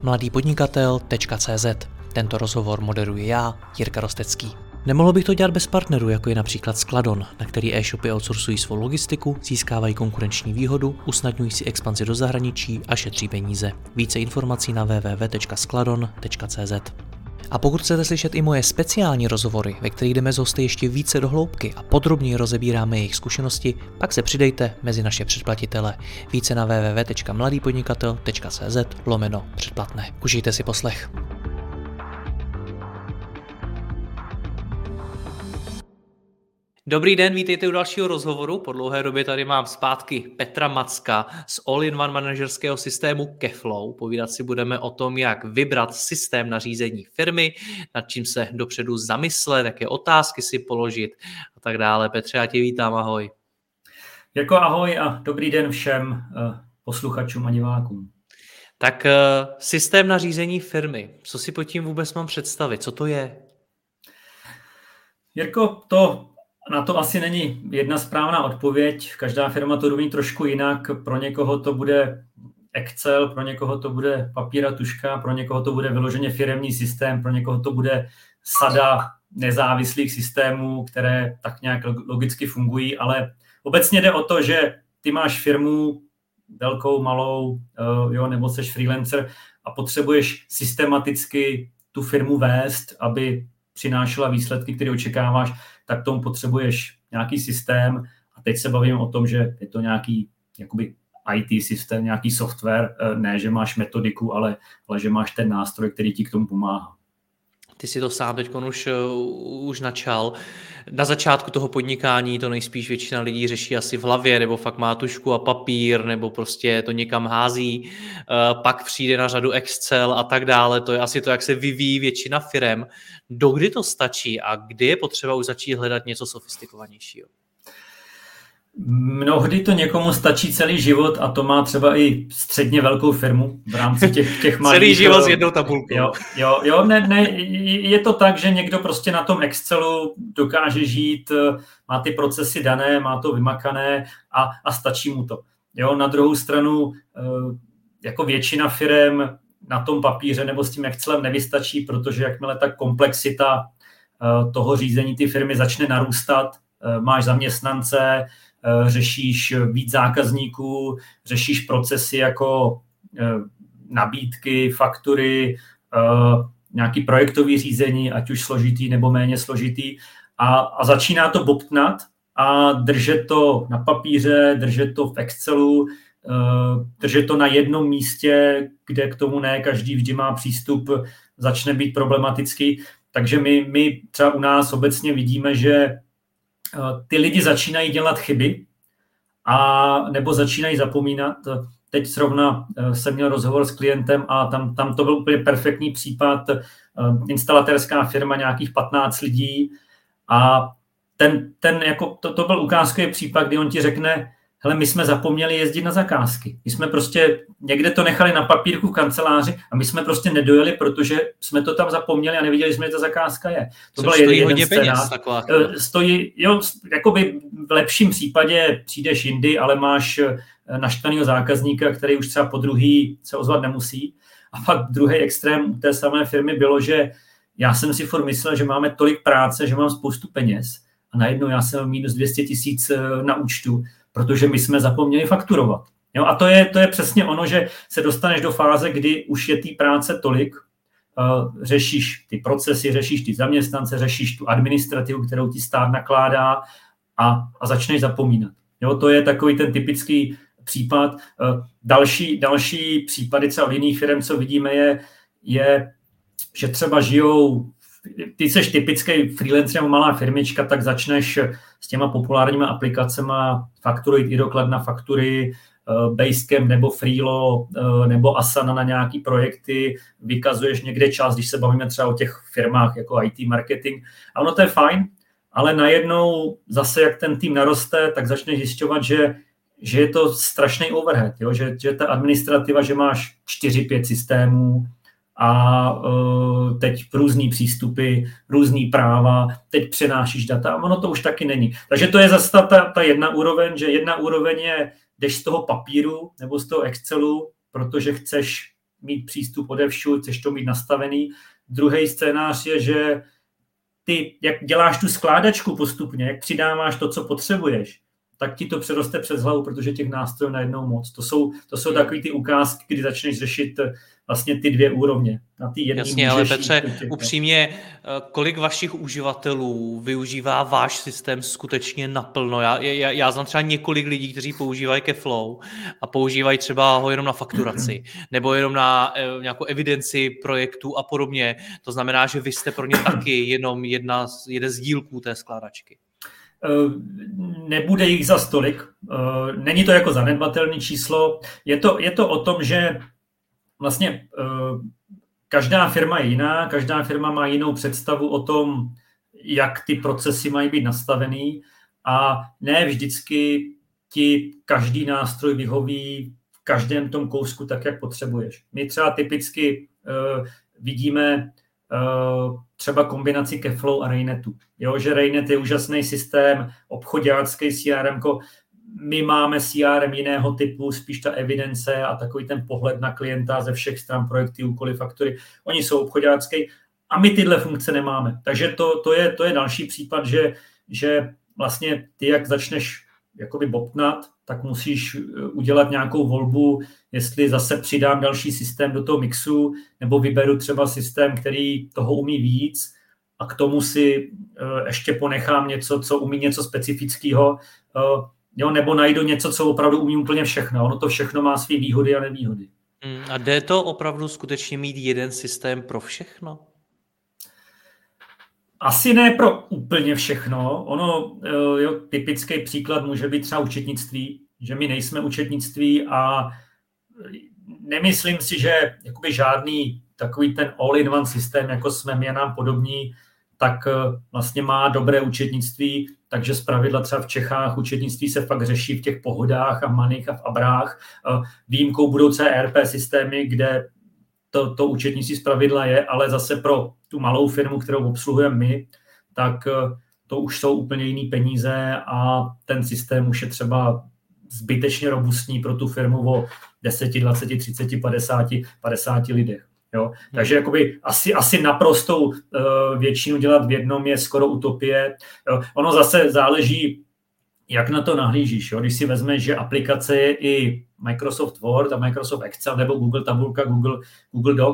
mladýpodnikatel.cz. Tento rozhovor moderuji já, Jirka Rostecký. Nemohl bych to dělat bez partnerů, jako je například Skladon, na který e-shopy outsourcují svou logistiku, získávají konkurenční výhodu, usnadňují si expanzi do zahraničí a šetří peníze. Více informací na www.skladon.cz. A pokud chcete slyšet i moje speciální rozhovory, ve kterých jdeme s hosty ještě více do hloubky a podrobněji rozebíráme jejich zkušenosti, pak se přidejte mezi naše předplatitele. Více na www.mladýpodnikatel.cz/předplatné. Užijte si poslech. Dobrý den, vítejte u dalšího rozhovoru. Po dlouhé době tady mám zpátky Petra Macka z all-in-one manažerského systému Keflow. Povídat si budeme o tom, jak vybrat systém na řízení firmy, nad čím se dopředu zamyslet, jaké otázky si položit a tak dále. Petře, já tě vítám, ahoj. Jako ahoj a dobrý den všem posluchačům a divákům. Tak systém na řízení firmy, co si pod tím vůbec mám představit, co to je? Jirko, na to asi není jedna správná odpověď. Každá firma to umí trošku jinak. Pro někoho to bude Excel, pro někoho to bude papír a tužka, pro někoho to bude vyloženě firemní systém, pro někoho to bude sada nezávislých systémů, které tak nějak logicky fungují, ale obecně jde o to, že ty máš firmu velkou, malou, nebo seš freelancer a potřebuješ systematicky tu firmu vést, aby přinášela výsledky, které očekáváš, tak tomu potřebuješ nějaký systém. A teď se bavím o tom, že je to nějaký jakoby IT systém, nějaký software, ne, že máš metodiku, ale že máš ten nástroj, který ti k tomu pomáhá. Ty si to sám teď už načal. Na začátku toho podnikání to nejspíš většina lidí řeší asi v hlavě, nebo fakt má tužku a papír, nebo prostě to někam hází. Pak přijde na řadu Excel a tak dále. To je asi to, jak se vyvíjí většina firem. Dokdy to stačí a kdy je potřeba už začít hledat něco sofistikovanějšího? Mnohdy to někomu stačí celý život a to má třeba i středně velkou firmu v rámci těch malých... Celý život s jednou tabulkou. Ne, je to tak, že někdo prostě na tom Excelu dokáže žít, má ty procesy dané, má to vymakané a stačí mu to. Jo, na druhou stranu, jako většina firem na tom papíře nebo s tím Excelem nevystačí, protože jakmile ta komplexita toho řízení ty firmy začne narůstat, máš zaměstnance, řešíš víc zákazníků, řešíš procesy jako nabídky, faktury, nějaký projektový řízení, ať už složitý nebo méně složitý a začíná to bobtnat a držet to na papíře, držet to v Excelu, držet to na jednom místě, kde k tomu ne každý vždy má přístup, začne být problematický. Takže my třeba u nás obecně vidíme, že ty lidi začínají dělat chyby a nebo začínají zapomínat. Teď zrovna jsem měl rozhovor s klientem a tam to byl úplně perfektní případ. Instalatérská firma, nějakých 15 lidí a to byl ukázkový případ, kdy on ti řekne, hele, my jsme zapomněli jezdit na zakázky. My jsme prostě někde to nechali na papírku v kanceláři a my jsme prostě nedojeli, protože jsme to tam zapomněli a neviděli jsme, že ta zakázka je. To byl stojí hodně peněz, taková. Stojí, jakoby v lepším případě přijdeš jindy, ale máš naštvanýho zákazníka, který už třeba po druhý se ozvat nemusí. A pak druhý extrém té samé firmy bylo, že já jsem si furt myslel, že máme tolik práce, že mám spoustu peněz a najednou já jsem minus 200 000 na účtu, protože my jsme zapomněli fakturovat. Jo, a to je přesně ono, že se dostaneš do fáze, kdy už je té práce tolik, řešíš ty procesy, řešíš ty zaměstnance, řešíš tu administrativu, kterou ti stát nakládá a začneš zapomínat. Jo, to je takový ten typický případ. Další případy třeba od jiných firm, co vidíme, je, že třeba žijou, ty jsi typický freelancer nebo malá firmička, tak začneš s těma populárníma aplikacema Fakturuj, Idokladna faktury, Basecamp nebo Freelo nebo Asana na nějaký projekty, vykazuješ někde čas, když se bavíme třeba o těch firmách jako IT marketing. A ono to je fajn, ale najednou zase, jak ten tým naroste, tak začneš zjišťovat, že je to strašný overhead, jo? Že ta administrativa, že máš 4-5 systémů, a teď různý přístupy, různý práva, teď přenášíš data a ono to už taky není. Takže to je zase ta jedna úroveň, že jedna úroveň je, jdeš z toho papíru nebo z toho Excelu, protože chceš mít přístup odevšud, chceš to mít nastavený. Druhý scénář je, že ty, jak děláš tu skládačku postupně, jak přidáváš to, co potřebuješ, tak ti to přeroste přes hlavu, protože těch nástrojů najednou moc. To jsou takový ty ukázky, kdy začneš řešit vlastně ty dvě úrovně. Na ty jedný jasně, ale Petře, těch, upřímně, kolik vašich uživatelů využívá váš systém skutečně naplno? Já znám třeba několik lidí, kteří používají Keflow a používají třeba ho jenom na fakturaci nebo jenom na nějakou evidenci projektů a podobně. To znamená, že vy jste pro ně taky jenom jeden z dílků té skládačky. Nebude jich za stolik. Není to jako zanedbatelné číslo. Je to o tom, že vlastně každá firma je jiná, každá firma má jinou představu o tom, jak ty procesy mají být nastavený a ne vždycky ti každý nástroj vyhoví v každém tom kousku tak, jak potřebuješ. My třeba typicky vidíme třeba kombinaci Keflow a Rainetu. Jo, že Rainet je úžasný systém, obchoďácký CRM, my máme CRM jiného typu, spíš ta evidence a takový ten pohled na klienta ze všech stran projekty, úkoly, faktury. Oni jsou obchoďácký a my tyhle funkce nemáme. Takže to je další případ, že vlastně ty, jak začneš jakoby bobtnat, tak musíš udělat nějakou volbu, jestli zase přidám další systém do toho mixu, nebo vyberu třeba systém, který toho umí víc a k tomu si ještě ponechám něco, co umí něco specifického, nebo najdu něco, co opravdu umí úplně všechno. Ono to všechno má své výhody a nevýhody. A jde to opravdu skutečně mít jeden systém pro všechno? Asi ne pro úplně všechno. Ono, typický příklad může být třeba účetnictví, že my nejsme účetnictví a nemyslím si, že jakoby žádný takový ten all-in-one systém, jako jsme my a nám podobní, tak vlastně má dobré účetnictví, takže zpravidla třeba v Čechách účetnictví se fakt řeší v těch pohodách a manich a v abrách. Výjimkou budou ERP systémy, kde to účetnictví zpravidla je, ale zase pro tu malou firmu, kterou obsluhujeme my, tak to už jsou úplně jiný peníze a ten systém už je třeba zbytečně robustní pro tu firmu o 10, 20, 30, 50 lidech. Jo? Takže jakoby asi naprostou většinu dělat v jednom je skoro utopie. Jo? Ono zase záleží, jak na to nahlížíš. Jo? Když si vezmeš, že aplikace je i Microsoft Word a Microsoft Excel nebo Google tabulka, Google Doc,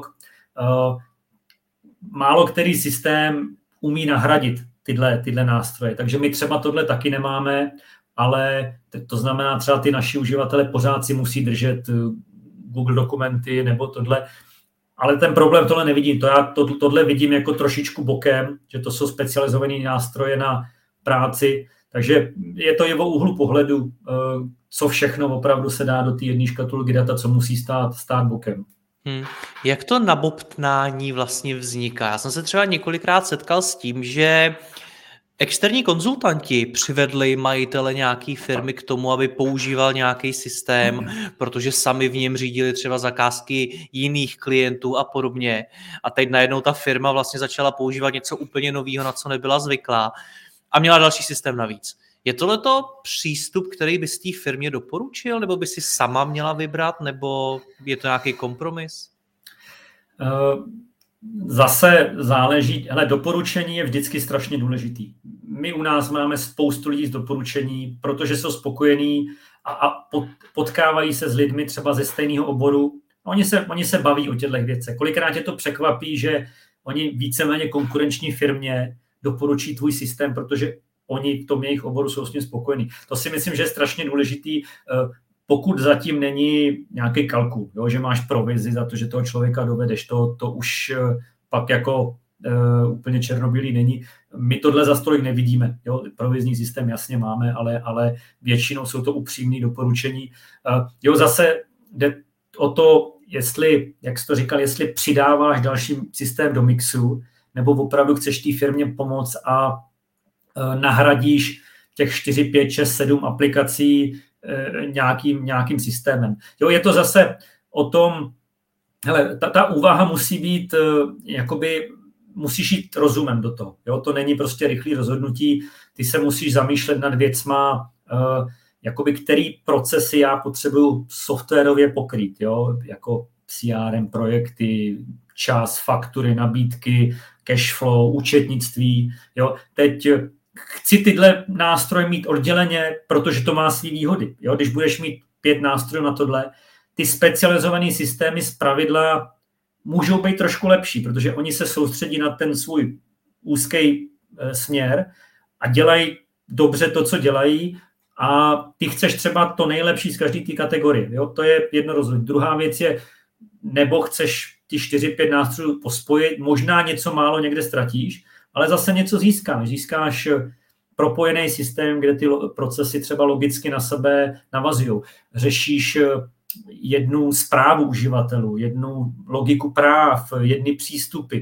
málo který systém umí nahradit tyhle nástroje. Takže my třeba tohle taky nemáme, ale to znamená třeba ty naši uživatelé pořád si musí držet Google dokumenty nebo tohle. Ale ten problém tohle nevidím. Tohle vidím jako trošičku bokem, že to jsou specializované nástroje na práci. Takže je to jeho úhlu pohledu, co všechno opravdu se dá do té jedné škatulky data, co musí stát bokem. Jak to nabobtnání vlastně vzniká? Já jsem se třeba několikrát setkal s tím, že externí konzultanti přivedli majitele nějaké firmy k tomu, aby používal nějaký systém, protože sami v něm řídili třeba zakázky jiných klientů a podobně. A teď najednou ta firma vlastně začala používat něco úplně nového, na co nebyla zvyklá a měla další systém navíc. Je tohleto přístup, který by z té firmě doporučil, nebo by si sama měla vybrat, nebo je to nějaký kompromis? Zase záleží, doporučení je vždycky strašně důležitý. My u nás máme spoustu lidí z doporučení, protože jsou spokojení a potkávají se s lidmi třeba ze stejného oboru. Oni se baví o těchto věcech. Kolikrát je to překvapí, že oni víceméně konkurenční firmě doporučí tvůj systém, protože oni v tom jejich oboru jsou s tím spokojení. To si myslím, že je strašně důležitý, pokud zatím není nějaký kalkul, jo, že máš provizi za to, že toho člověka dovedeš, to už pak jako úplně černobílý není. My tohle za stolik nevidíme. Jo. Provizní systém jasně máme, ale většinou jsou to upřímné doporučení. Jo, zase jde o to, jestli, jak jsi to říkal, jestli přidáváš další systém do mixu, nebo opravdu chceš té firmě pomoct a nahradíš těch 4, 5, 6, 7 aplikací nějakým systémem. Jo, je to zase o tom, hele, ta úvaha musí být, jakoby musíš jít rozumem do toho. Jo, to není prostě rychlé rozhodnutí, ty se musíš zamýšlet nad věcma, jakoby který procesy já potřebuju softwarově pokrýt, jo, jako CRM projekty, čas, faktury, nabídky, cashflow, účetnictví. Jo. Teď chci tyhle nástroje mít odděleně, protože to má své výhody. Jo. Když budeš mít 5 nástrojů na tohle, ty specializované systémy zpravidla můžou být trošku lepší, protože oni se soustředí na ten svůj úzký směr a dělají dobře to, co dělají, a ty chceš třeba to nejlepší z každé té kategorie. Jo? To je jedno rozhodnutí. Druhá věc je, nebo chceš ty 4-5 nástrojů pospojit, možná něco málo někde ztratíš, ale zase něco získáš. Získáš propojený systém, kde ty procesy třeba logicky na sebe navazují. Řešíš jednu správu uživatelů, jednu logiku práv, jedny přístupy.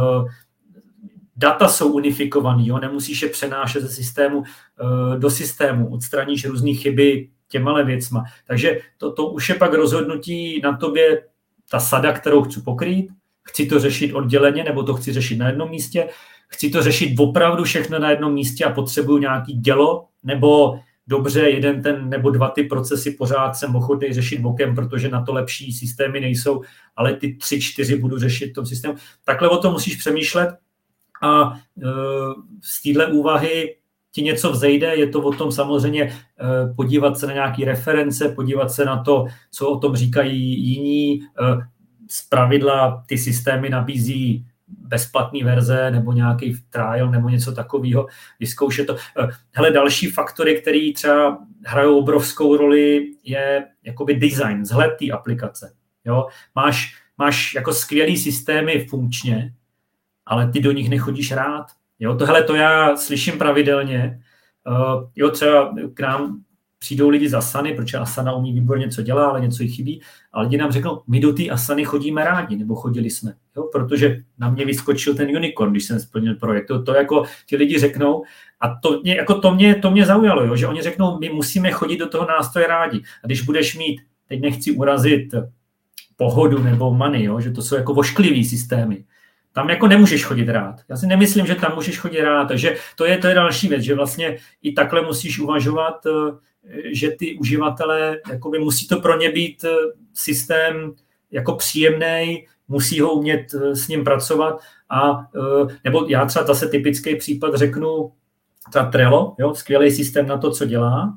Data jsou unifikovaný, jo? Nemusíš je přenášet ze systému do systému, odstraníš různé chyby těma věcma. Takže to už je pak rozhodnutí na tobě, ta sada, kterou chci pokrýt, chci to řešit odděleně, nebo to chci řešit na jednom místě, chci to řešit opravdu všechno na jednom místě a potřebuju nějaký dělo, nebo dobře, jeden ten nebo dva ty procesy pořád jsem ochotný řešit bokem, protože na to lepší systémy nejsou, ale ty 3-4 budu řešit v tom systému. Takhle o tom musíš přemýšlet a z téhle úvahy ti něco vzejde, je to o tom samozřejmě podívat se na nějaké reference, podívat se na to, co o tom říkají jiní. Zpravidla ty systémy nabízí bezplatné verze nebo nějaký trial nebo něco takového, vyzkoušet to. Hele, další faktory, které třeba hrajou obrovskou roli, je jakoby design, vzhled té aplikace. Jo? Máš jako skvělý systémy funkčně, ale ty do nich nechodíš rád. Jo? To já slyším pravidelně. Jo, třeba k nám přijdou lidi z Asany, protože Asana umí výborně, co dělá, ale něco jí chybí. A lidi nám řeknou, my do té Asany chodíme rádi, nebo chodili jsme. Jo? Protože na mě vyskočil ten unicorn, když jsem splnil projekt. To jako ti lidi řeknou. A to mě zaujalo, jo? Že oni řeknou, my musíme chodit do toho nástroje rádi. A když budeš mít, teď nechci urazit Pohodu nebo Money, jo? Že to jsou jako vošklivý systémy. Tam jako nemůžeš chodit rád. Já si nemyslím, že tam můžeš chodit rád. Takže to je další věc, že vlastně i takhle musíš uvažovat, že ty uživatelé, jakoby musí to pro ně být systém jako příjemný, musí ho umět s ním pracovat. Nebo já třeba zase typický případ řeknu, třeba Trello, jo, skvělý systém na to, co dělá,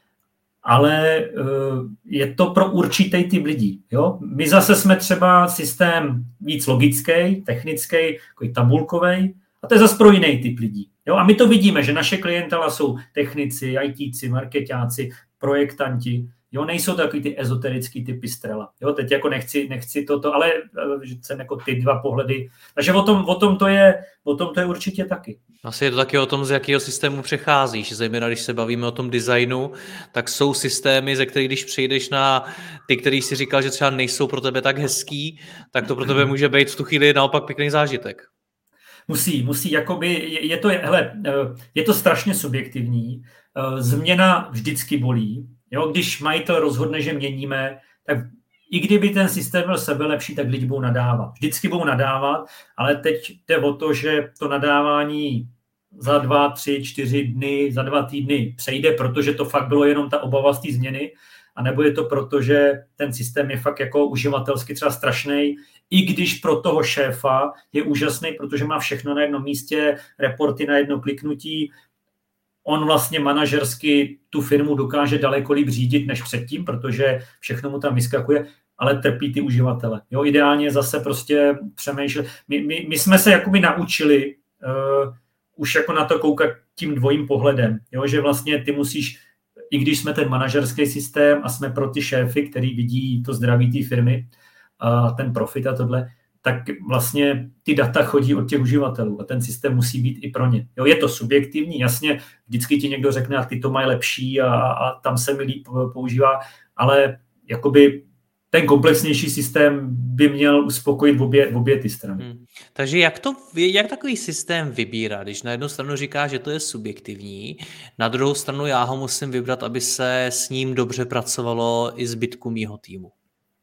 ale je to pro určitý typ lidí. Jo? My zase jsme třeba systém víc logický, technický, takový tabulkový, a to je zase pro jiný typ lidí. Jo? A my to vidíme, že naše klientela jsou technici, ITci, marketáci, projektanti. Jo? Nejsou takový ty ezoterický typy Trella. Jo? Teď jako nechci toto, ale že jsem jako ty dva pohledy. Takže o tom to je určitě taky. Asi je to taky o tom, z jakého systému přecházíš. Zejména když se bavíme o tom designu, tak jsou systémy, ze kterých když přejdeš na ty, který si říkal, že třeba nejsou pro tebe tak hezký, tak to pro tebe může být v tu chvíli naopak pěkný zážitek. Musí, jakoby, je to strašně subjektivní. Změna vždycky bolí. Jo, když majitel rozhodne, že měníme, tak i kdyby ten systém byl sebelepší, tak lidi budou nadávat. Vždycky budou nadávat, ale teď jde o to, že to nadávání za 2, 3, 4 dny, za 2 týdny přejde, protože to fakt bylo jenom ta obava z té změny, anebo je to proto, že ten systém je fakt jako uživatelsky třeba strašný, i když pro toho šéfa je úžasný, protože má všechno na jednom místě, reporty na jedno kliknutí, on vlastně manažersky tu firmu dokáže daleko líp řídit než předtím, protože všechno mu tam vyskakuje, ale trpí ty uživatele. Jo, ideálně zase prostě přemýšlet. My jsme se jakoby naučili už jako na to koukat tím dvojím pohledem, jo, že vlastně ty musíš, i když jsme ten manažerský systém a jsme pro ty šéfy, který vidí to zdraví té firmy a ten profit a tohle, tak vlastně ty data chodí od těch uživatelů a ten systém musí být i pro ně. Jo, je to subjektivní, jasně, vždycky ti někdo řekne, a ty to mají lepší a tam se mi líp používá, ale jakoby ten komplexnější systém by měl uspokojit obě ty strany. Takže jak takový systém vybírat, když na jednu stranu říká, že to je subjektivní, na druhou stranu já ho musím vybrat, aby se s ním dobře pracovalo i zbytku mýho týmu?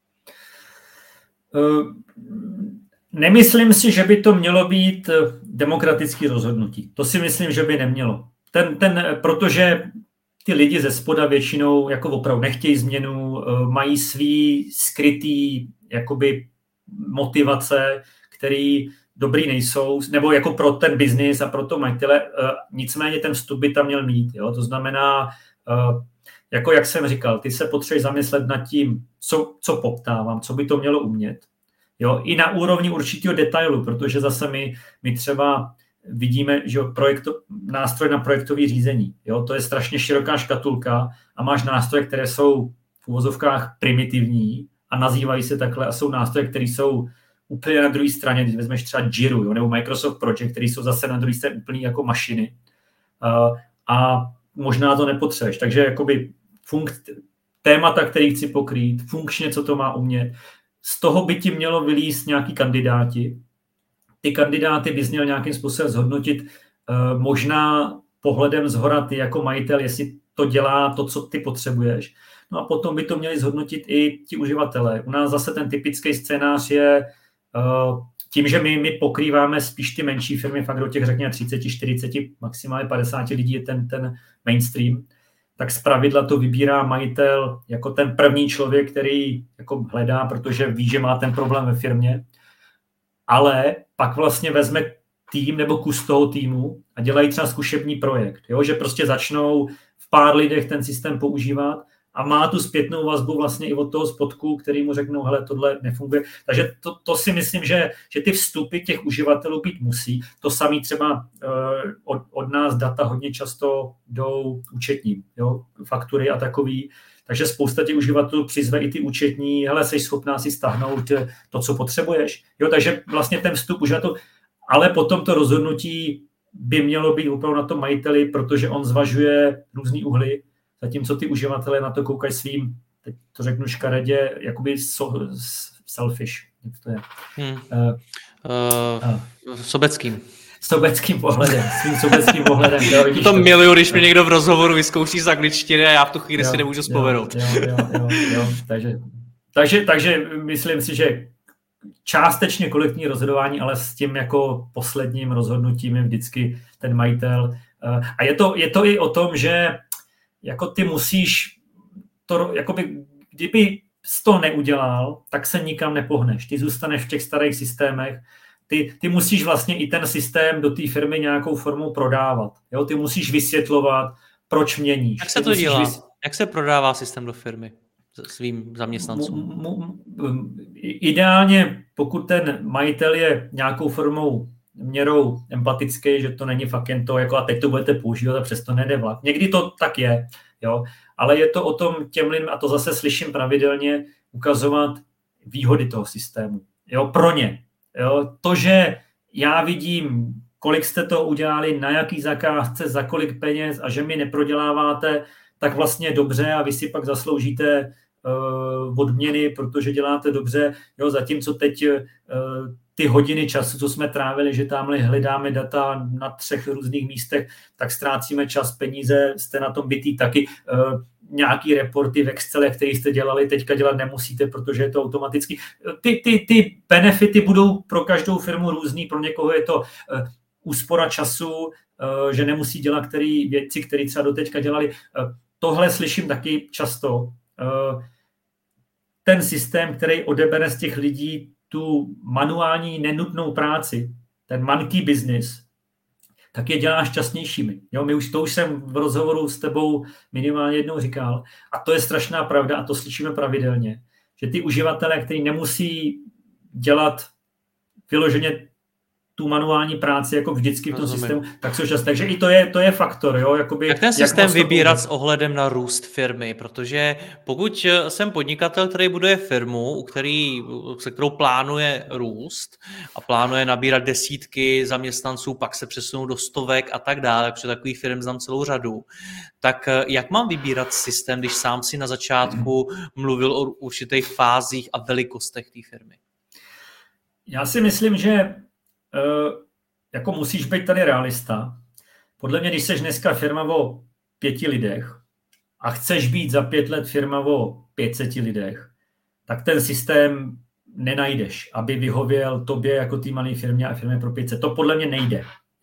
Nemyslím si, že by to mělo být demokratické rozhodnutí. To si myslím, že by nemělo. Protože ty lidi ze spoda většinou jako opravdu nechtějí změnu, mají svý skrytý jakoby motivace, který dobrý nejsou, nebo jako pro ten biznis a pro to majitele, nicméně ten vstup by tam měl mít. Jo? To znamená, jako jak jsem říkal, ty se potřebuješ zamyslet nad tím, co poptávám, co by to mělo umět. Jo? I na úrovni určitého detailu, protože zase my třeba vidíme, že nástroj na projektové řízení. Jo? To je strašně široká škatulka a máš nástroje, které jsou v uvozovkách primitivní a nazývají se takhle a jsou nástroje, které jsou úplně na druhé straně, když vezmeš třeba Jiru, jo, nebo Microsoft Project, které jsou zase na druhé straně úplně jako mašiny. A možná to nepotřebuješ. Takže jakoby témata, který chci pokrýt, funkčně, co to má umět, z toho by ti mělo vylízt nějaký kandidáti. Ty kandidáty bys měl nějakým způsobem zhodnotit, možná pohledem zhora ty jako majitel, jestli to dělá to, co ty potřebuješ. No a potom by to měli zhodnotit i ti uživatelé. U nás zase ten typický scénář je tím, že my pokrýváme spíš ty menší firmy, fakt do těch řekněme 30, 40, maximálně 50 lidí je ten mainstream, tak zpravidla to vybírá majitel jako ten první člověk, který jako hledá, protože ví, že má ten problém ve firmě, ale pak vlastně vezme tým nebo kus toho týmu a dělají třeba zkušební projekt, jo? Že prostě začnou v pár lidech ten systém používat a má tu zpětnou vazbu vlastně i od toho spodku, který mu řeknou, hele, tohle nefunguje. Takže to si myslím, že ty vstupy těch uživatelů být musí. To samé třeba od nás data hodně často jdou účetním, jo? Faktury a takový. Takže spousta těch uživatelů přizve i ty účetní, hele, jsi schopná si stáhnout to, co potřebuješ. Jo? Takže vlastně ten vstup uživatelů, ale potom to rozhodnutí by mělo být opravdu na tom majiteli, protože on zvažuje různý uhly, zatímco ty uživatelé na to koukají svým, teď to řeknu škaredě, jakoby selfish. Jak to je? Sobeckým pohledem, svým sobeckým pohledem. To miluju, když mi někdo v rozhovoru vyzkouší z angličtiny a já v tu chvíli si nemůžu vzpomenout. Jo. Takže myslím si, že částečně kolektivní rozhodování, ale s tím jako posledním rozhodnutím je vždycky ten majitel. A je to i o tom, že jako ty musíš to, jakoby, kdyby jsi to neudělal, tak se nikam nepohneš. Ty zůstaneš v těch starých systémech. Ty musíš vlastně i ten systém do té firmy nějakou formou prodávat. Jo? Ty musíš vysvětlovat, proč měníš. Jak se to dělá? Jak se prodává systém do firmy svým zaměstnancům? Ideálně, pokud ten majitel je nějakou formou měrou empatický, že to není fakt jen to, jako a teď to budete používat a přesto nejde vlak. Někdy to tak je, jo, ale je to o tom těm lidem, a to zase slyším pravidelně, ukazovat výhody toho systému, jo, pro ně. Jo. To, že já vidím, kolik jste to udělali, na jaký zakázce, za kolik peněz a že mi neproděláváte, tak vlastně dobře a vy si pak zasloužíte odměny, protože děláte dobře, jo, zatímco teď ty hodiny času, co jsme trávili, že tamhle hledáme data na 3 různých místech, tak ztrácíme čas, peníze, jste na tom bytý taky. Nějaký reporty v Excelu, které jste dělali, teďka dělat nemusíte, protože je to automaticky. Ty benefity budou pro každou firmu různý, pro někoho je to úspora času, že nemusí dělat věci, které třeba doteďka dělali. Tohle slyším taky často. Ten systém, který odebere z těch lidí tu manuální nenutnou práci, ten monkey business, tak je dělá šťastnějšími. Jo, to už jsem v rozhovoru s tebou minimálně jednou říkal. A to je strašná pravda a to slyšíme pravidelně, že ty uživatelé, kteří nemusí dělat vyloženě tu manuální práci jako vždycky v tom systému, tak jsou šťastní. Takže i to je faktor. Jo? Jakoby, jak ten systém vybírat s ohledem na růst firmy? Protože pokud jsem podnikatel, který buduje firmu, se kterou plánuje růst a plánuje nabírat desítky zaměstnanců, pak se přesunou do stovek a tak dále, protože takových firm znám celou řadu, tak jak mám vybírat systém, když sám si na začátku mluvil o určitých fázích a velikostech té firmy? Já si myslím, že jako musíš být tady realista. Podle mě, když jsi dneska firma o 5 lidech a chceš být za 5 let firma o 500 lidech, tak ten systém nenajdeš, aby vyhověl tobě jako té malé firmě a firmě pro 500. To podle mě nejde.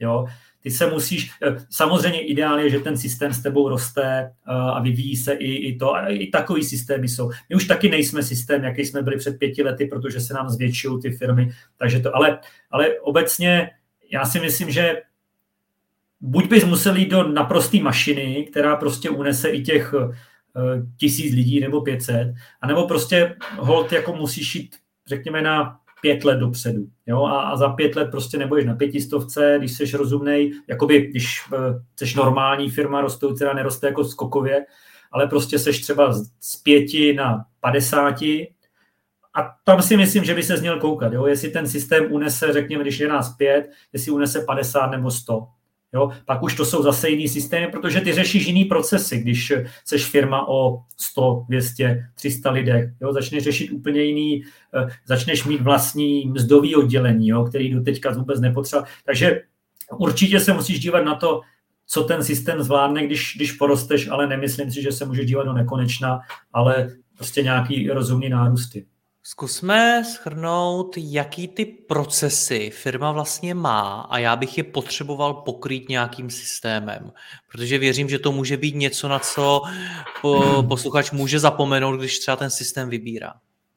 Jo? Ty se musíš, samozřejmě ideál je, že ten systém s tebou roste a vyvíjí se i to, a i takový systémy jsou. My už taky nejsme systém, jaký jsme byli před 5 lety, protože se nám zvětšují ty firmy, takže to, ale obecně já si myslím, že buď bys musel jít do naprosté mašiny, která prostě unese i těch 1000 lidí nebo 500, anebo prostě hold jako musíš jít, řekněme, na 5 let dopředu. Jo? A za 5 let prostě nebudeš na 500, když jsi rozumnej, jakoby když jsi normální firma rostoucí, která neroste jako skokově, ale prostě seš třeba z 5 na 50 a tam si myslím, že by se měl koukat. Jo? Jestli ten systém unese, řekněme, když je nás 5, jestli unese 50 nebo 100. Jo? Pak už to jsou zase jiný systémy, protože ty řešíš jiný procesy, když seš firma o 100, 200, 300 lidech. Jo? Začneš řešit úplně jiný, začneš mít vlastní mzdový oddělení, jo? Který doteďka vůbec nepotřeba. Takže určitě se musíš dívat na to, co ten systém zvládne, když porosteš, ale nemyslím si, že se můžeš dívat do nekonečna, ale prostě nějaký rozumný nárůsty. Zkusme shrnout, jaký ty procesy firma vlastně má a já bych je potřeboval pokrýt nějakým systémem, protože věřím, že to může být něco, na co posluchač může zapomenout, když třeba ten systém vybírá.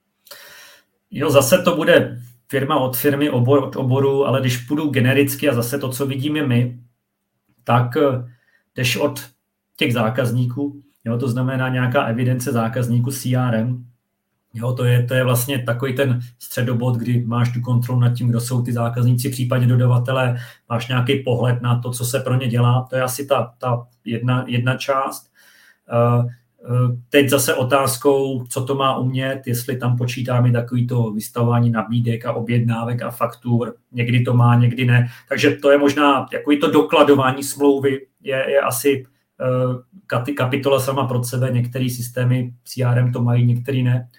Jo, zase to bude firma od firmy, obor od oboru, ale když půjdu genericky a zase to, co vidíme my, tak jdeš od těch zákazníků, jo, to znamená nějaká evidence zákazníků CRM. Jo, to je vlastně takový ten středobod, kdy máš tu kontrolu nad tím, kdo jsou ty zákazníci, případně dodavatelé, máš nějaký pohled na to, co se pro ně dělá. To je asi ta jedna část. Teď zase otázkou, co to má umět, jestli tam počítáme takovýto vystavování nabídek a objednávek a faktur. Někdy to má, někdy ne. Takže to je možná takový to dokladování smlouvy, je asi kapitola sama pro sebe. Některé systémy CRM to mají, některý ne.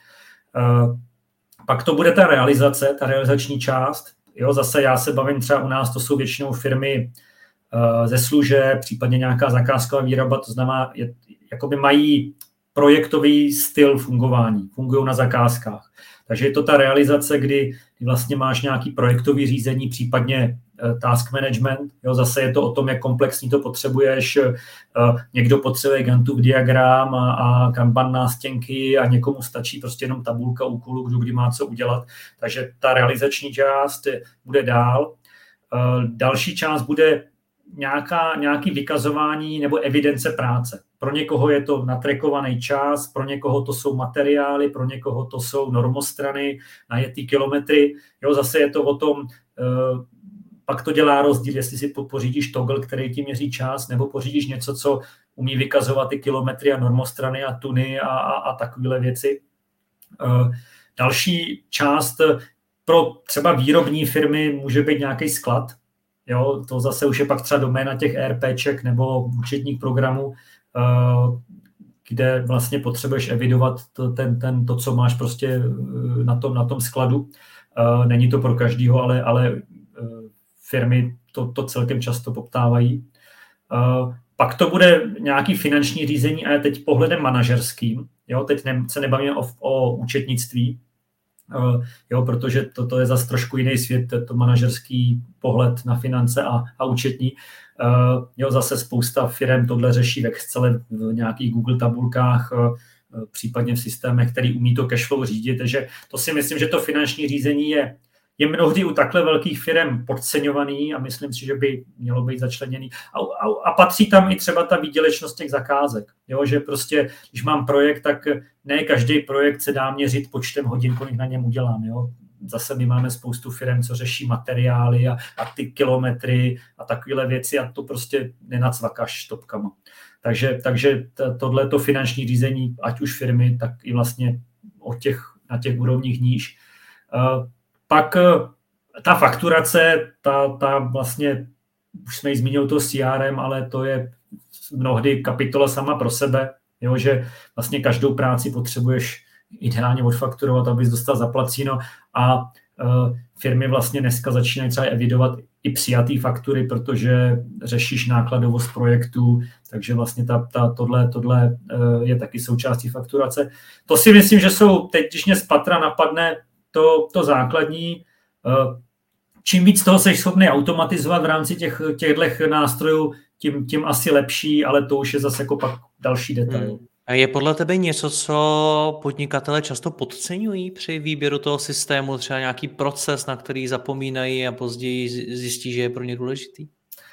Pak to bude ta realizace, ta realizační část. Jo, zase já se bavím třeba u nás, to jsou většinou firmy ze služeb, případně nějaká zakázková výroba, to znamená, jakoby mají projektový styl fungování, fungují na zakázkách. Takže je to ta realizace, kdy vlastně máš nějaký projektový řízení, případně task management. Jo, zase je to o tom, jak komplexní to potřebuješ. Někdo potřebuje Ganttův diagram a Kanban nástěnky a někomu stačí prostě jenom tabulka úkolů, kdo kdy má co udělat. Takže ta realizační část bude dál. Další část bude nějaký vykazování nebo evidence práce. Pro někoho je to natrackovaný čas, pro někoho to jsou materiály, pro někoho to jsou normostrany, najetý kilometry. Jo, zase je to o tom, pak to dělá rozdíl, jestli si pořídíš toggle, který ti měří čas, nebo pořídíš něco, co umí vykazovat ty kilometry a normostrany a tuny a takovéhle věci. Další část pro třeba výrobní firmy může být nějaký sklad. Jo, to zase už je pak třeba doména těch ERPček nebo účetních programů, kde vlastně potřebuješ evidovat to, co máš prostě na tom skladu. Není to pro každýho, ale firmy to celkem často poptávají. Pak to bude nějaký finanční řízení a je teď pohledem manažerským. Jo, teď se nebavíme o účetnictví, jo, protože to je zase trošku jiný svět, to manažerský pohled na finance a účetní. Jo, zase spousta firem tohle řeší v Excel, v nějakých Google tabulkách, případně v systémech, který umí to cashflow řídit. Takže to si myslím, že to finanční řízení je mnohdy u takhle velkých firm podceňovaný a myslím si, že by mělo být začleněný. A patří tam i třeba ta výdělečnost těch zakázek. Jo, že prostě, když mám projekt, tak ne každý projekt se dá měřit počtem hodin, kolik na něm udělám. Jo. Zase my máme spoustu firm, co řeší materiály a ty kilometry a takovéhle věci a to prostě nenacvakáš štopkama. Takže tohleto finanční řízení, ať už firmy, tak i vlastně na těch úrovních níž. Pak ta fakturace, ta vlastně, už jsme ji zmínili to CRM, ale to je mnohdy kapitola sama pro sebe, jo, že vlastně každou práci potřebuješ ideálně odfakturovat, abys dostal zaplaceno a firmy vlastně dneska začínají třeba evidovat i přijatý faktury, protože řešíš nákladovost projektů, takže vlastně tohle je taky součástí fakturace. To si myslím, že jsou, teď když mě z patra napadne to základní, čím víc toho jsi schopný automatizovat v rámci těchto nástrojů, tím asi lepší, ale to už je zase jako pak další detail. A je podle tebe něco, co podnikatelé často podceňují při výběru toho systému, třeba nějaký proces, na který zapomínají a později zjistí, že je pro ně důležitý?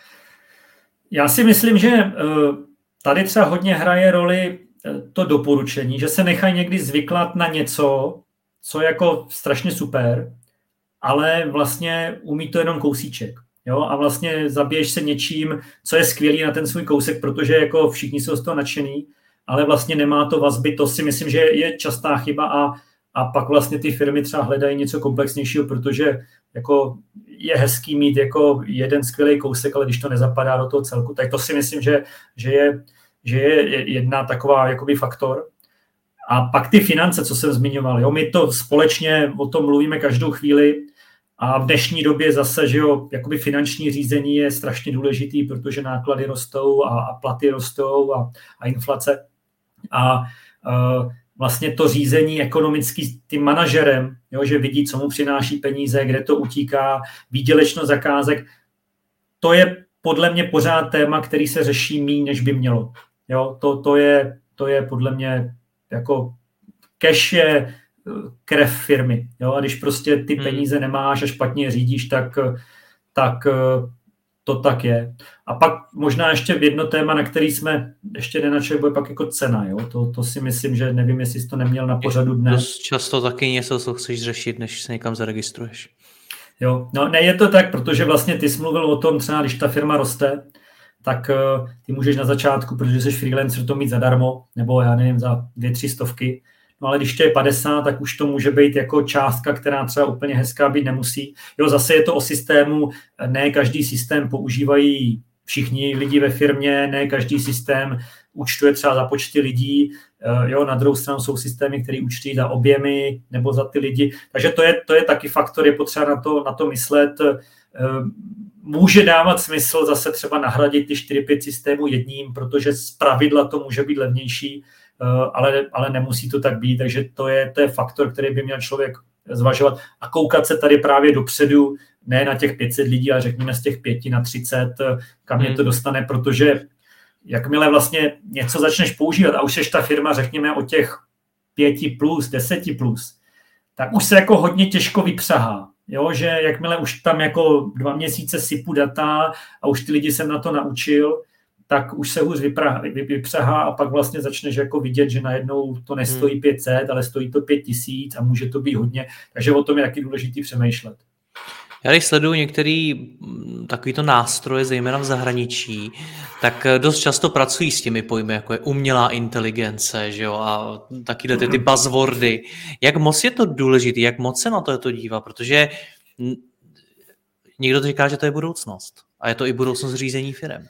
Já si myslím, že tady třeba hodně hraje roli to doporučení, že se nechají někdy zvyklat na něco, co je jako strašně super, ale vlastně umí to jenom kousíček. Jo? A vlastně zabiješ se něčím, co je skvělý na ten svůj kousek, protože jako všichni jsou z toho nadšený, ale vlastně nemá to vazby. To si myslím, že je častá chyba a pak vlastně ty firmy třeba hledají něco komplexnějšího, protože jako je hezký mít jako jeden skvělý kousek, ale když to nezapadá do toho celku, tak to si myslím, že je jedna taková jakoby faktor. A pak ty finance, co jsem zmiňoval. Jo? My to společně o tom mluvíme každou chvíli a v dnešní době zase, že jo, jakoby finanční řízení je strašně důležitý, protože náklady rostou a platy rostou a inflace. A vlastně to řízení ekonomický tím manažerem, jo, že vidí, co mu přináší peníze, kde to utíká, výdělečnost zakázek, to je podle mě pořád téma, který se řeší méně, než by mělo. Jo, to je podle mě jako cash je krev firmy. Jo, a když prostě ty peníze nemáš a špatně řídíš, tak to tak je. A pak možná ještě jedno téma, na který jsme ještě nenačali, bude pak jako cena. Jo? To si myslím, že nevím, jestli jsi to neměl na pořadu dne. Dost často taky něco, co chceš řešit, než se někam zaregistruješ. Jo, no ne, je to tak, protože vlastně ty jsi mluvil o tom, třeba když ta firma roste, tak ty můžeš na začátku, protože jsi freelancer, to mít zadarmo, nebo já nevím, za 2-3 stovky. No ale když to je 50, tak už to může být jako částka, která třeba úplně hezká být nemusí. Jo, zase je to o systému, ne každý systém používají všichni lidi ve firmě, ne každý systém účtuje třeba za počty lidí, jo, na druhou stranu jsou systémy, které účtují za objemy nebo za ty lidi, takže to je taky faktor, je potřeba na to myslet. Může dávat smysl zase třeba nahradit ty 4-5 systémů jedním, protože z pravidla to může být levnější, ale nemusí to tak být, takže to je faktor, který by měl člověk zvažovat a koukat se tady právě dopředu, ne na těch 500 lidí, ale řekněme z těch 5 na 30, kam mě to dostane, protože jakmile vlastně něco začneš používat a už seš ta firma, řekněme, o těch 5+, 10+, tak už se jako hodně těžko vypřahá. Jo, že jakmile už tam jako 2 měsíce sypu data a už ty lidi jsem na to naučil, tak už se hůř vypřahá a pak vlastně začneš jako vidět, že najednou to nestojí 500, ale stojí to 5000 a může to být hodně. Takže o tom je taky důležitý přemýšlet. Já když sleduju některý takovýto nástroje, zejména v zahraničí, tak dost často pracují s těmi pojmy, jako je umělá inteligence, že jo, a taky ty buzzwordy. Jak moc je to důležité, jak moc se na to dívá, protože někdo to říká, že to je budoucnost. A je to i budoucnost řízení firem.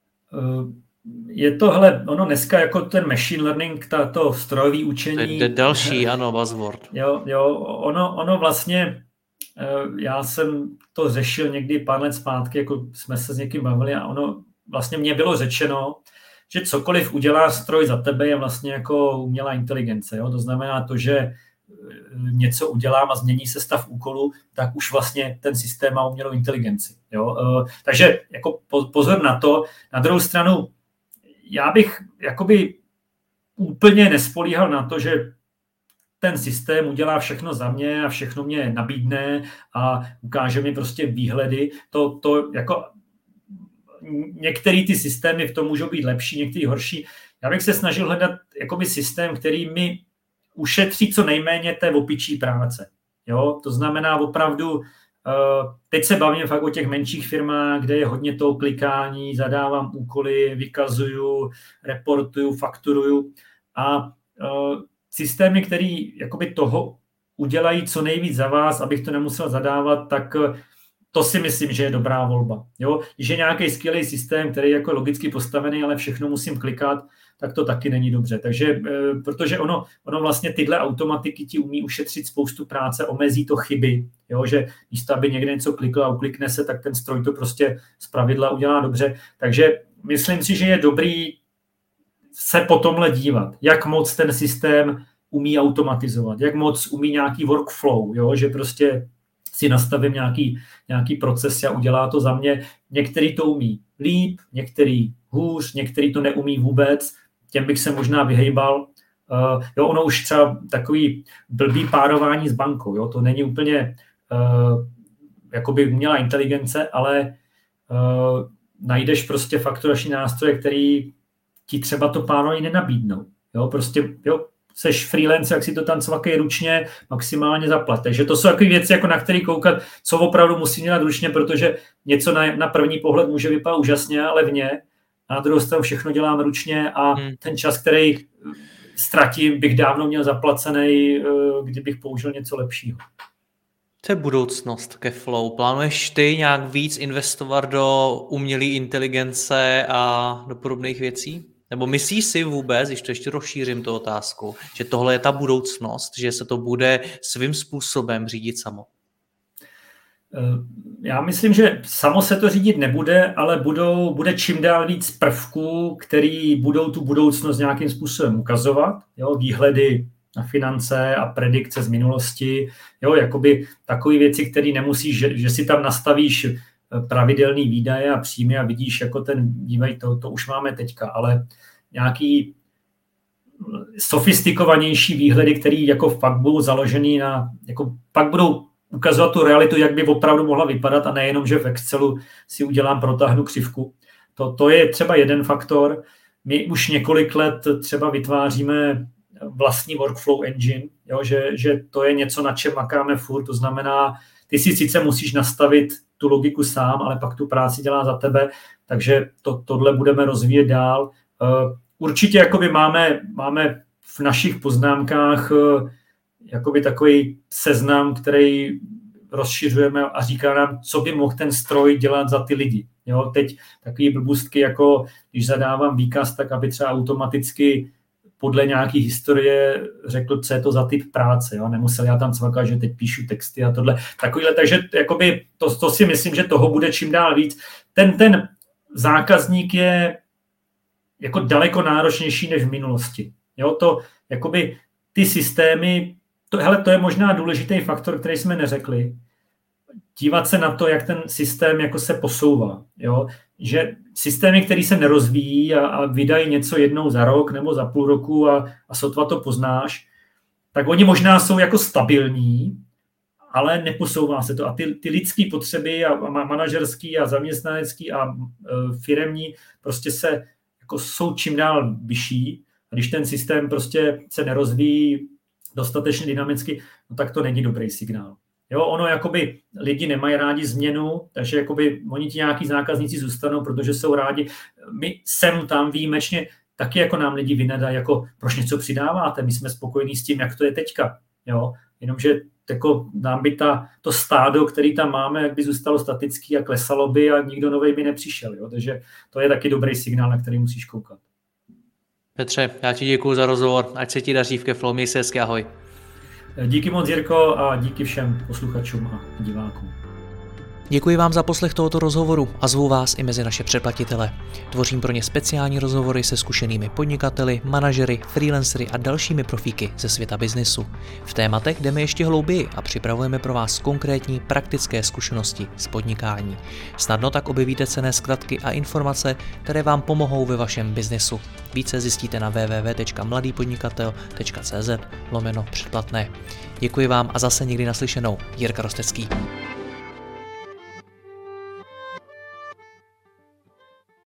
Je to, ono dneska jako ten machine learning, to strojové učení. To je další, ano, buzzword. Jo, ono vlastně, já jsem to řešil někdy pár let zpátky, jako jsme se s někým bavili a ono vlastně mně bylo řečeno, že cokoliv udělá stroj za tebe je vlastně jako umělá inteligence. Jo? To znamená to, že něco udělám a změní se stav úkolu, tak už vlastně ten systém má umělou inteligenci. Jo? Takže jako pozor na to. Na druhou stranu, já bych jakoby úplně nespolíhal na to, že ten systém udělá všechno za mě a všechno mě nabídne a ukáže mi prostě výhledy. To jako některé ty systémy v tom můžou být lepší, některé horší. Já bych se snažil hledat jakoby systém, který mi ušetří co nejméně té opičí práce. Jo? To znamená opravdu, teď se bavím fakt o těch menších firmách, kde je hodně toho klikání, zadávám úkoly, vykazuju, reportuju, fakturuju a systémy, které jakoby toho udělají co nejvíc za vás, abych to nemusel zadávat, tak to si myslím, že je dobrá volba. Jo? Když je nějaký skvělý systém, který je jako logicky postavený, ale všechno musím klikat, tak to taky není dobře. Takže, protože ono vlastně tyhle automatiky ti umí ušetřit spoustu práce, omezí to chyby, jo? Že místo, aby někde něco klikl a uklikne se, tak ten stroj to prostě zpravidla udělá dobře. Takže myslím si, že je dobrý se po tomhle dívat, jak moc ten systém umí automatizovat, jak moc umí nějaký workflow, jo? Že prostě si nastavím nějaký proces a udělá to za mě. Některý to umí líp, některý hůř, některý to neumí vůbec, těm bych se možná vyhejbal. Ono už třeba takový blbý párování s bankou, to není úplně jakoby umělá inteligence, ale najdeš prostě fakturační nástroje, který ti třeba to párování nenabídnou. Seš freelance, jak si to tam cvakej ručně, maximálně zaplat. Takže to jsou takové věci, jako na které koukat, co opravdu musím dělat ručně, protože něco na první pohled může vypadat úžasně a levně, a na druhou stranu všechno dělám ručně a ten čas, který ztratím, bych dávno měl zaplacený, kdybych použil něco lepšího. To je budoucnost Keflow. Plánuješ ty nějak víc investovat do umělé inteligence a do podobných věcí? Nebo myslíš si vůbec, když to ještě rozšířím tu otázku, že tohle je ta budoucnost, že se to bude svým způsobem řídit samo? Já myslím, že samo se to řídit nebude, ale bude čím dál víc prvků, který budou tu budoucnost nějakým způsobem ukazovat. Výhledy na finance a predikce z minulosti. Jakoby takové věci, které nemusíš, že si tam nastavíš pravidelný výdaje a příjmy a vidíš jako ten vývoj, to už máme teďka, ale nějaký sofistikovanější výhledy, které jako fakt budou založený pak budou ukazovat tu realitu, jak by opravdu mohla vypadat a nejenom, že v Excelu si protáhnu křivku. To je třeba jeden faktor. My už několik let třeba vytváříme vlastní workflow engine, že to je něco, na čem makáme furt, to znamená, ty si sice musíš nastavit tu logiku sám, ale pak tu práci dělá za tebe, takže tohle budeme rozvíjet dál. Určitě jakoby máme v našich poznámkách jakoby takový seznam, který rozšiřujeme a říká nám, co by mohl ten stroj dělat za ty lidi. Teď takový blbůstky, jako když zadávám výkaz, tak aby třeba automaticky podle nějaký historie řekl, co je to za typ práce. Nemusel já tam cvakat, že teď píšu texty a tohle. Takovýhle, takže jakoby to si myslím, že toho bude čím dál víc. Ten zákazník je jako daleko náročnější než v minulosti. To jakoby ty systémy, to je možná důležitý faktor, který jsme neřekli. Dívat se na to, jak ten systém jako se posouvá. Že systémy, které se nerozvíjí a vydají něco jednou za rok nebo za půl roku a sotva to poznáš, tak oni možná jsou jako stabilní, ale neposouvá se to. A ty lidské potřeby a manažerský a zaměstnanecký a firemní prostě jsou čím dál vyšší. A když ten systém prostě se nerozvíjí dostatečně dynamicky, tak to není dobrý signál. Ono jakoby lidi nemají rádi změnu, takže jakoby oni ti nějaký zákazníci zůstanou, protože jsou rádi. My sem tam výjimečně taky jako nám lidi vynadají, jako proč něco přidáváte, my jsme spokojení s tím, jak to je teďka. Jenomže jako nám by to stádo, který tam máme, jak by zůstalo statický a klesalo by a nikdo novej by nepřišel. Takže to je taky dobrý signál, na který musíš koukat. Petře, já ti děkuju za rozhovor, ať se ti daří v Keflow, měj se hezky, ahoj. Díky moc, Jirko, a díky všem posluchačům a divákům. Děkuji vám za poslech tohoto rozhovoru a zvu vás i mezi naše předplatitele. Tvořím pro ně speciální rozhovory se zkušenými podnikateli, manažery, freelancery a dalšími profíky ze světa biznisu. V tématech jdeme ještě hlouběji a připravujeme pro vás konkrétní praktické zkušenosti z podnikání. Snadno tak objevíte cenné zkratky a informace, které vám pomohou ve vašem biznisu. Více zjistíte na www.mladýpodnikatel.cz/předplatné. Děkuji vám a zase někdy naslyšenou. Jirka Rostecký.